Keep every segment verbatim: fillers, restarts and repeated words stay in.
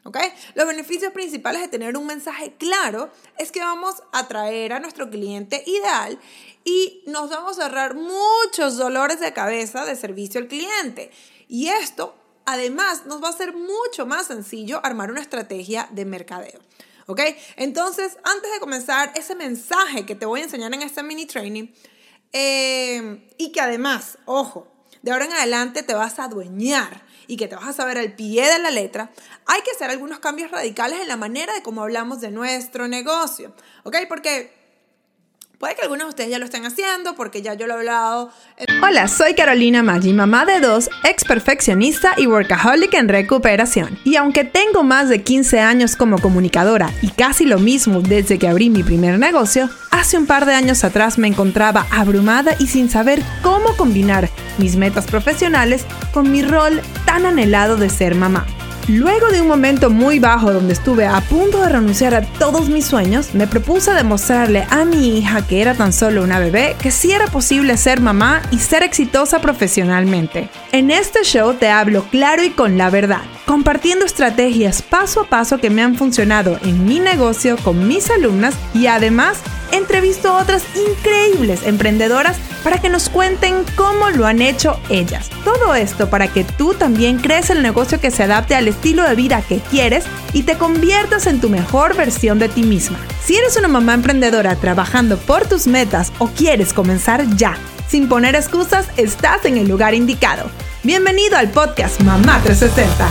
¿ok? Los beneficios principales de tener un mensaje claro es que vamos a atraer a nuestro cliente ideal y nos vamos a ahorrar muchos dolores de cabeza de servicio al cliente. Y esto, además, nos va a hacer mucho más sencillo armar una estrategia de mercadeo. ¿Ok? Entonces, antes de comenzar ese mensaje que te voy a enseñar en este mini training, eh, y que además, ojo, de ahora en adelante te vas a adueñar y que te vas a saber al pie de la letra, hay que hacer algunos cambios radicales en la manera de cómo hablamos de nuestro negocio. ¿Ok? Porque puede que algunos de ustedes ya lo estén haciendo, porque ya yo lo he hablado. Hola, soy Carolina Maggi, mamá de dos, ex perfeccionista y workaholic en recuperación. Y aunque tengo más de quince años como comunicadora y casi lo mismo desde que abrí mi primer negocio, hace un par de años atrás me encontraba abrumada y sin saber cómo combinar mis metas profesionales con mi rol tan anhelado de ser mamá. Luego de un momento muy bajo donde estuve a punto de renunciar a todos mis sueños, me propuse demostrarle a mi hija, que era tan solo una bebé, que sí era posible ser mamá y ser exitosa profesionalmente. En este show te hablo claro y con la verdad, compartiendo estrategias paso a paso que me han funcionado en mi negocio con mis alumnas y además entrevisto a otras increíbles emprendedoras para que nos cuenten cómo lo han hecho ellas. Todo esto para que tú también crees el negocio que se adapte al estilo de vida que quieres y te conviertas en tu mejor versión de ti misma. Si eres una mamá emprendedora trabajando por tus metas o quieres comenzar ya, sin poner excusas, estás en el lugar indicado. Bienvenido al podcast Mamá trescientos sesenta.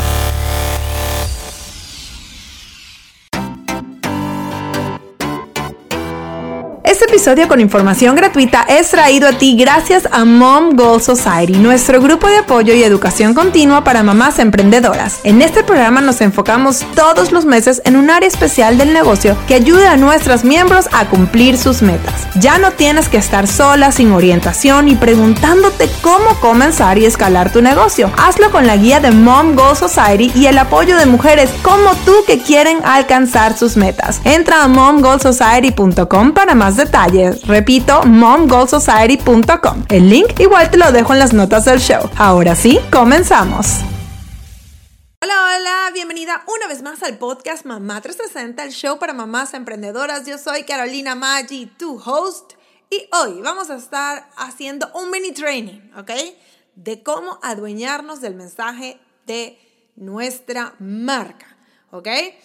Este episodio con información gratuita es traído a ti gracias a Mom Goal Society, nuestro grupo de apoyo y educación continua para mamás emprendedoras. En este programa nos enfocamos todos los meses en un área especial del negocio que ayude a nuestros miembros a cumplir sus metas. Ya no tienes que estar sola, sin orientación y preguntándote cómo comenzar y escalar tu negocio. Hazlo con la guía de Mom Goal Society y el apoyo de mujeres como tú que quieren alcanzar sus metas. Entra a mom goal society punto com para más detalles. Repito, mom goal society punto com. El link igual te lo dejo en las notas del show. Ahora sí, comenzamos. Hola, hola, bienvenida una vez más al podcast Mamá trescientos sesenta, el show para mamás emprendedoras. Yo soy Carolina Maggi, tu host, y hoy vamos a estar haciendo un mini training, ¿ok? De cómo adueñarnos del mensaje de nuestra marca, ¿ok?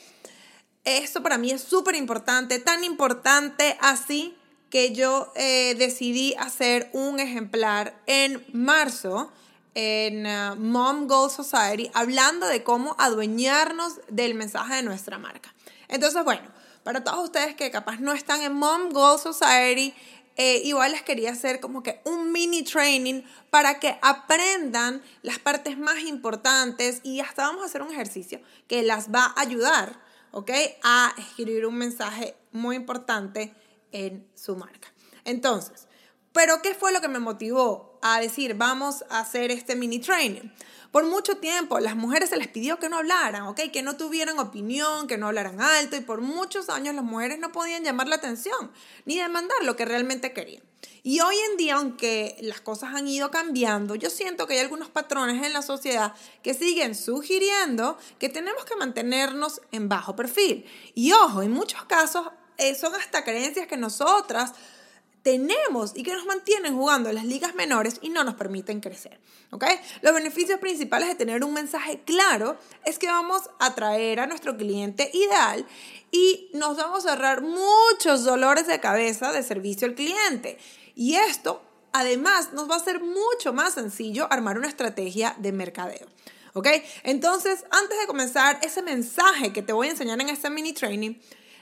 Esto para mí es súper importante, tan importante así que yo eh, decidí hacer un ejemplar en marzo en uh, Mom Goal Society hablando de cómo adueñarnos del mensaje de nuestra marca. Entonces, bueno, para todos ustedes que capaz no están en Mom Goal Society, eh, igual les quería hacer como que un mini training para que aprendan las partes más importantes y hasta vamos a hacer un ejercicio que las va a ayudar, ¿ok?, a escribir un mensaje muy importante en su marca. Entonces, ¿pero qué fue lo que me motivó a decir vamos a hacer este mini training? Por mucho tiempo las mujeres se les pidió que no hablaran, ¿ok?, que no tuvieran opinión, que no hablaran alto, y por muchos años las mujeres no podían llamar la atención ni demandar lo que realmente querían. Y hoy en día, aunque las cosas han ido cambiando, yo siento que hay algunos patrones en la sociedad que siguen sugiriendo que tenemos que mantenernos en bajo perfil. Y ojo, en muchos casos eh, son hasta creencias que nosotras tenemos y que nos mantienen jugando en las ligas menores y no nos permiten crecer, ¿ok? Los beneficios principales de tener un mensaje claro es que vamos a atraer a nuestro cliente ideal y nos vamos a ahorrar muchos dolores de cabeza de servicio al cliente. Y esto, además, nos va a hacer mucho más sencillo armar una estrategia de mercadeo, ¿ok? Entonces, antes de comenzar ese mensaje que te voy a enseñar en este mini training,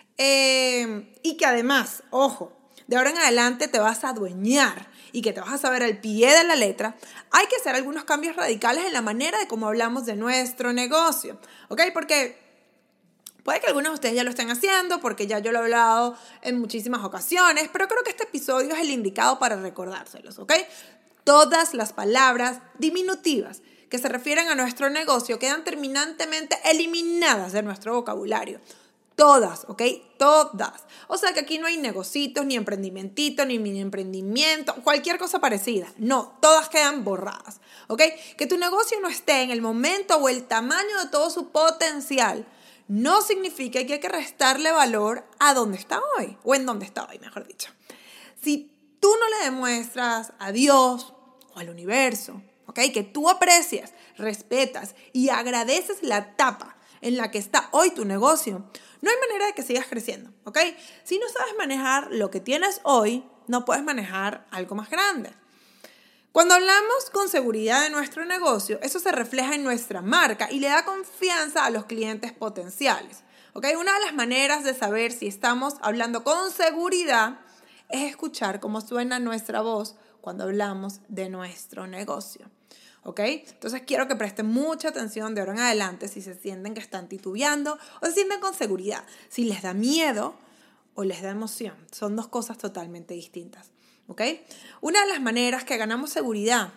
eh, y que además, ojo, de ahora en adelante te vas a adueñar y que te vas a saber al pie de la letra, hay que hacer algunos cambios radicales en la manera de cómo hablamos de nuestro negocio, ¿ok? Porque puede que algunos de ustedes ya lo estén haciendo, porque ya yo lo he hablado en muchísimas ocasiones, pero creo que este episodio es el indicado para recordárselos, ¿ok? Todas las palabras diminutivas que se refieren a nuestro negocio quedan terminantemente eliminadas de nuestro vocabulario. Todas, ¿ok? Todas. O sea que aquí no hay negocitos, ni emprendimientito, ni mini emprendimiento, cualquier cosa parecida. No, todas quedan borradas, ¿ok? Que tu negocio no esté en el momento o el tamaño de todo su potencial no significa que hay que restarle valor a donde está hoy, o en donde está hoy, mejor dicho. Si tú no le demuestras a Dios o al universo, ¿okay?, que tú aprecias, respetas y agradeces la etapa en la que está hoy tu negocio, no hay manera de que sigas creciendo, ¿ok? Si no sabes manejar lo que tienes hoy, no puedes manejar algo más grande. Cuando hablamos con seguridad de nuestro negocio, eso se refleja en nuestra marca y le da confianza a los clientes potenciales, ¿ok? Una de las maneras de saber si estamos hablando con seguridad es escuchar cómo suena nuestra voz cuando hablamos de nuestro negocio. ¿Ok? Entonces quiero que presten mucha atención de ahora en adelante si se sienten que están titubeando o se sienten con seguridad. Si les da miedo o les da emoción. Son dos cosas totalmente distintas. ¿Ok? Una de las maneras que ganamos seguridad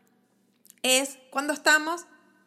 es cuando estamos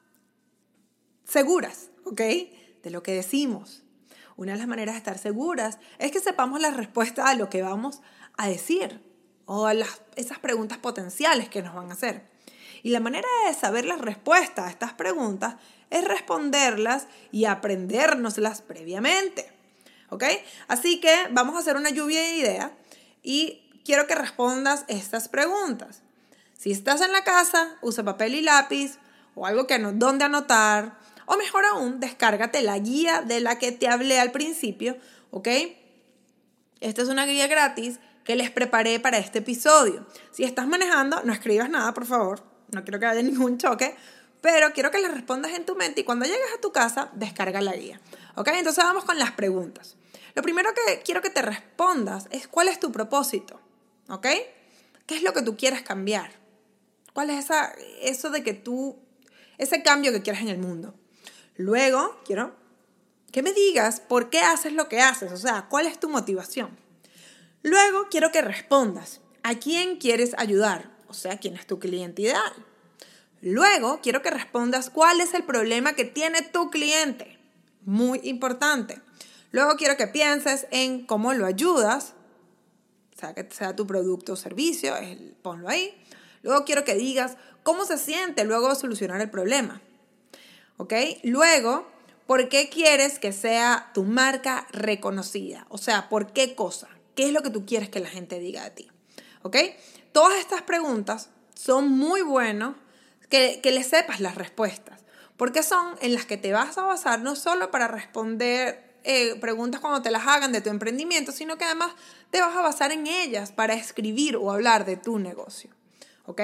seguras, ¿ok?, de lo que decimos. Una de las maneras de estar seguras es que sepamos la respuesta a lo que vamos a decir o a las, esas preguntas potenciales que nos van a hacer. Y la manera de saber las respuestas a estas preguntas es responderlas y aprendérnoslas previamente, ¿ok? Así que vamos a hacer una lluvia de ideas y quiero que respondas estas preguntas. Si estás en la casa, usa papel y lápiz o algo que no, donde anotar, o mejor aún, descárgate la guía de la que te hablé al principio, ¿ok? Esta es una guía gratis que les preparé para este episodio. Si estás manejando, no escribas nada, por favor. No quiero que haya ningún choque, pero quiero que le respondas en tu mente y cuando llegues a tu casa, descarga la guía. ¿Ok? Entonces vamos con las preguntas. Lo primero que quiero que te respondas es ¿cuál es tu propósito? ¿Ok? ¿Qué es lo que tú quieres cambiar? ¿Cuál es esa, eso de que tú, ese cambio que quieres en el mundo? Luego, quiero que me digas por qué haces lo que haces, o sea, ¿cuál es tu motivación? Luego, quiero que respondas ¿a quién quieres ayudar? O sea, ¿quién es tu cliente ideal? Luego, quiero que respondas cuál es el problema que tiene tu cliente. Muy importante. Luego, quiero que pienses en cómo lo ayudas. O sea, que sea tu producto o servicio, ponlo ahí. Luego, quiero que digas cómo se siente luego de solucionar el problema. ¿Ok? Luego, ¿por qué quieres que sea tu marca reconocida? O sea, ¿por qué cosa? ¿Qué es lo que tú quieres que la gente diga de ti? ¿Ok? Todas estas preguntas son muy buenas que, que le sepas las respuestas, porque son en las que te vas a basar no solo para responder eh, preguntas cuando te las hagan de tu emprendimiento, sino que además te vas a basar en ellas para escribir o hablar de tu negocio. ¿Ok?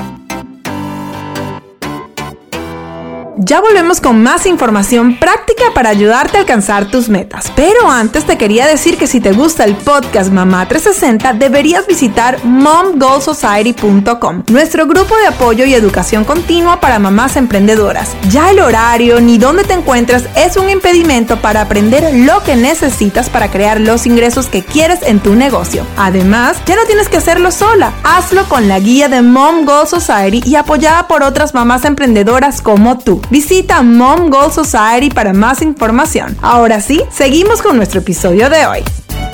Ya volvemos con más información práctica para ayudarte a alcanzar tus metas. Pero antes te quería decir que si te gusta el podcast Mamá trescientos sesenta, deberías visitar mom goal society punto com, nuestro grupo de apoyo y educación continua para mamás emprendedoras. Ya el horario ni dónde te encuentras es un impedimento para aprender lo que necesitas para crear los ingresos que quieres en tu negocio. Además, ya no tienes que hacerlo sola. Hazlo con la guía de Mom Goal Society y apoyada por otras mamás emprendedoras como tú. Visita Mom Goal Society para más información. Ahora sí, seguimos con nuestro episodio de hoy.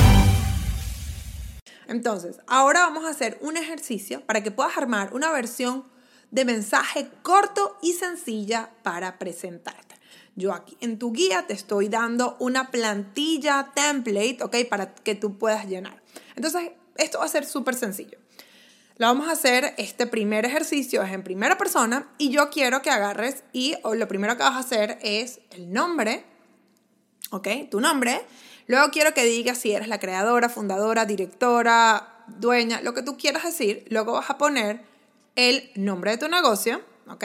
Entonces, ahora vamos a hacer un ejercicio para que puedas armar una versión de mensaje corto y sencilla para presentarte. Yo aquí en tu guía te estoy dando una plantilla template, ¿ok? Para que tú puedas llenar. Entonces, esto va a ser súper sencillo. Lo vamos a hacer, este primer ejercicio es en primera persona y yo quiero que agarres y o lo primero que vas a hacer es el nombre, ¿ok? Tu nombre. Luego quiero que digas si eres la creadora, fundadora, directora, dueña, lo que tú quieras decir. Luego vas a poner el nombre de tu negocio, ¿ok?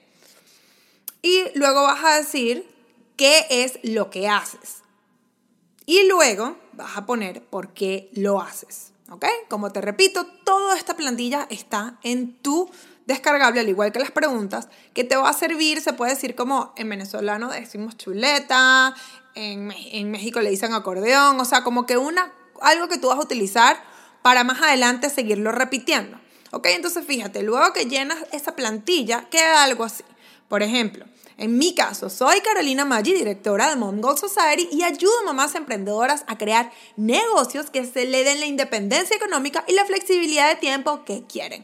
Y luego vas a decir qué es lo que haces. Y luego vas a poner por qué lo haces. ¿Ok? Como te repito, toda esta plantilla está en tu descargable, al igual que las preguntas, que te va a servir, se puede decir como en venezolano decimos chuleta, en, en México le dicen acordeón, o sea, como que una, algo que tú vas a utilizar para más adelante seguirlo repitiendo. ¿Ok? Entonces fíjate, luego que llenas esa plantilla, queda algo así. Por ejemplo, en mi caso, soy Carolina Maggi, directora de Mom Goal Society y ayudo a mamás emprendedoras a crear negocios que se le den la independencia económica y la flexibilidad de tiempo que quieren.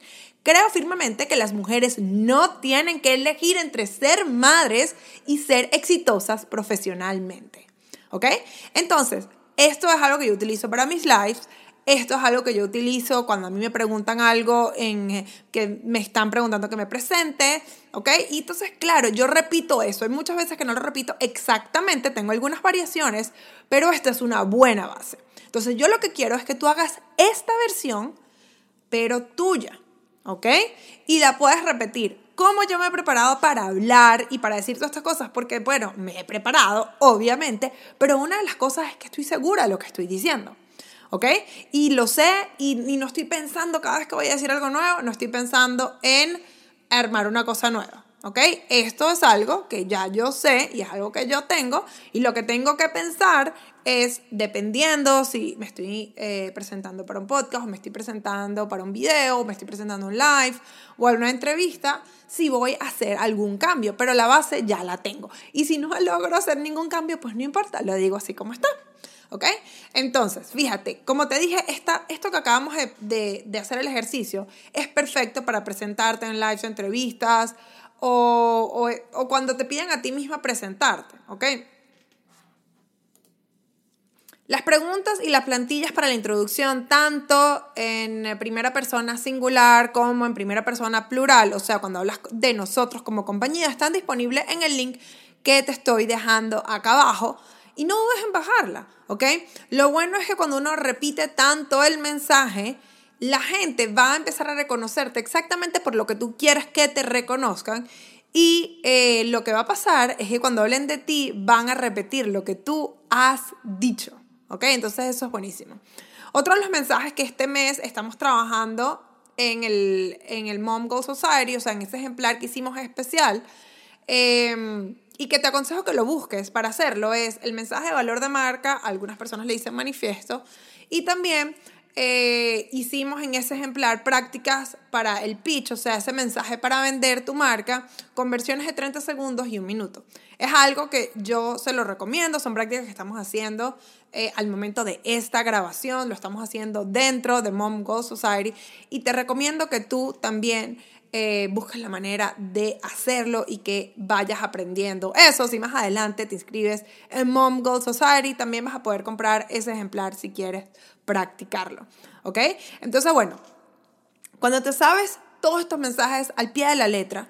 Creo firmemente que las mujeres no tienen que elegir entre ser madres y ser exitosas profesionalmente, ¿ok? Entonces, esto es algo que yo utilizo para mis lives. Esto es algo que yo utilizo cuando a mí me preguntan algo, en que me están preguntando que me presente, ¿ok? Y entonces, claro, yo repito eso. Hay muchas veces que no lo repito exactamente, tengo algunas variaciones, pero esta es una buena base. Entonces, yo lo que quiero es que tú hagas esta versión, pero tuya, ¿ok? Y la puedes repetir. ¿Cómo yo me he preparado para hablar y para decir todas estas cosas? Porque, bueno, me he preparado, obviamente, pero una de las cosas es que estoy segura de lo que estoy diciendo. ¿Ok? Y lo sé y, y no estoy pensando cada vez que voy a decir algo nuevo, no estoy pensando en armar una cosa nueva. ¿Ok? Esto es algo que ya yo sé y es algo que yo tengo, y lo que tengo que pensar es, dependiendo si me estoy eh, presentando para un podcast o me estoy presentando para un video o me estoy presentando un live o alguna entrevista, si voy a hacer algún cambio, pero la base ya la tengo. Y si no logro hacer ningún cambio, pues no importa, lo digo así como está. ¿Ok? Entonces, fíjate, como te dije, esta, esto que acabamos de, de, de hacer el ejercicio es perfecto para presentarte en lives o entrevistas o, o, o cuando te piden a ti misma presentarte, ¿ok? Las preguntas y las plantillas para la introducción, tanto en primera persona singular como en primera persona plural, o sea, cuando hablas de nosotros como compañía, están disponibles en el link que te estoy dejando acá abajo. Y no dudes en bajarla, ¿ok? Lo bueno es que cuando uno repite tanto el mensaje, la gente va a empezar a reconocerte exactamente por lo que tú quieres que te reconozcan. Y eh, lo que va a pasar es que cuando hablen de ti, van a repetir lo que tú has dicho, ¿ok? Entonces eso es buenísimo. Otro de los mensajes que este mes estamos trabajando en el, en el Mom Goals Society, o sea, en ese ejemplar que hicimos especial, eh, y que te aconsejo que lo busques para hacerlo, es el mensaje de valor de marca. Algunas personas le dicen manifiesto. Y también eh, hicimos en ese ejemplar prácticas para el pitch, o sea, ese mensaje para vender tu marca con versiones de treinta segundos y un minuto. Es algo que yo se lo recomiendo, son prácticas que estamos haciendo eh, al momento de esta grabación, lo estamos haciendo dentro de Mom Goals Society, y te recomiendo que tú también Eh, busques la manera de hacerlo y que vayas aprendiendo eso. Si más adelante te inscribes en Mom Goals Society, también vas a poder comprar ese ejemplar si quieres practicarlo, ¿ok? Entonces, bueno, cuando te sabes todos estos mensajes al pie de la letra,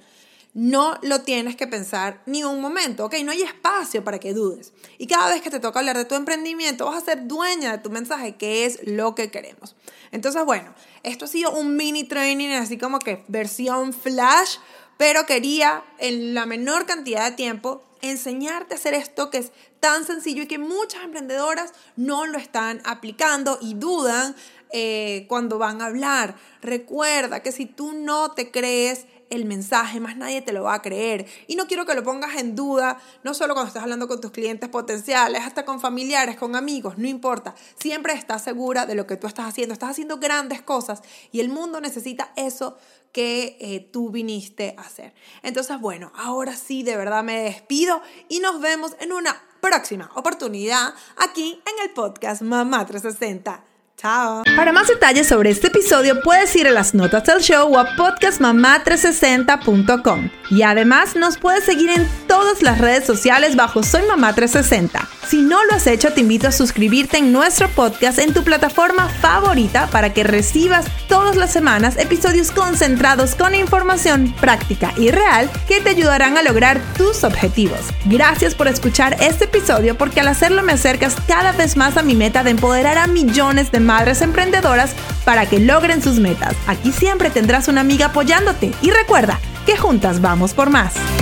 no lo tienes que pensar ni un momento, ¿ok? No hay espacio para que dudes. Y cada vez que te toca hablar de tu emprendimiento, vas a ser dueña de tu mensaje, que es lo que queremos. Entonces, bueno, esto ha sido un mini training, así como que versión flash, pero quería en la menor cantidad de tiempo enseñarte a hacer esto que es tan sencillo y que muchas emprendedoras no lo están aplicando y dudan eh, cuando van a hablar. Recuerda que si tú no te crees el mensaje, más nadie te lo va a creer. Y no quiero que lo pongas en duda, no solo cuando estás hablando con tus clientes potenciales, hasta con familiares, con amigos, no importa. Siempre estás segura de lo que tú estás haciendo. Estás haciendo grandes cosas y el mundo necesita eso que eh, tú viniste a hacer. Entonces, bueno, ahora sí, de verdad me despido y nos vemos en una próxima oportunidad aquí en el podcast Mamá trescientos sesenta. Chao. Para más detalles sobre este episodio puedes ir a las notas del show o a podcast mamá trescientos sesenta punto com. Y además nos puedes seguir en todas las redes sociales bajo Soy Mamá trescientos sesenta. Si no lo has hecho, te invito a suscribirte en nuestro podcast en tu plataforma favorita para que recibas todas las semanas episodios concentrados con información práctica y real que te ayudarán a lograr tus objetivos. Gracias por escuchar este episodio, porque al hacerlo me acercas cada vez más a mi meta de empoderar a millones de madres emprendedoras para que logren sus metas. Aquí siempre tendrás una amiga apoyándote y recuerda que juntas vamos por más.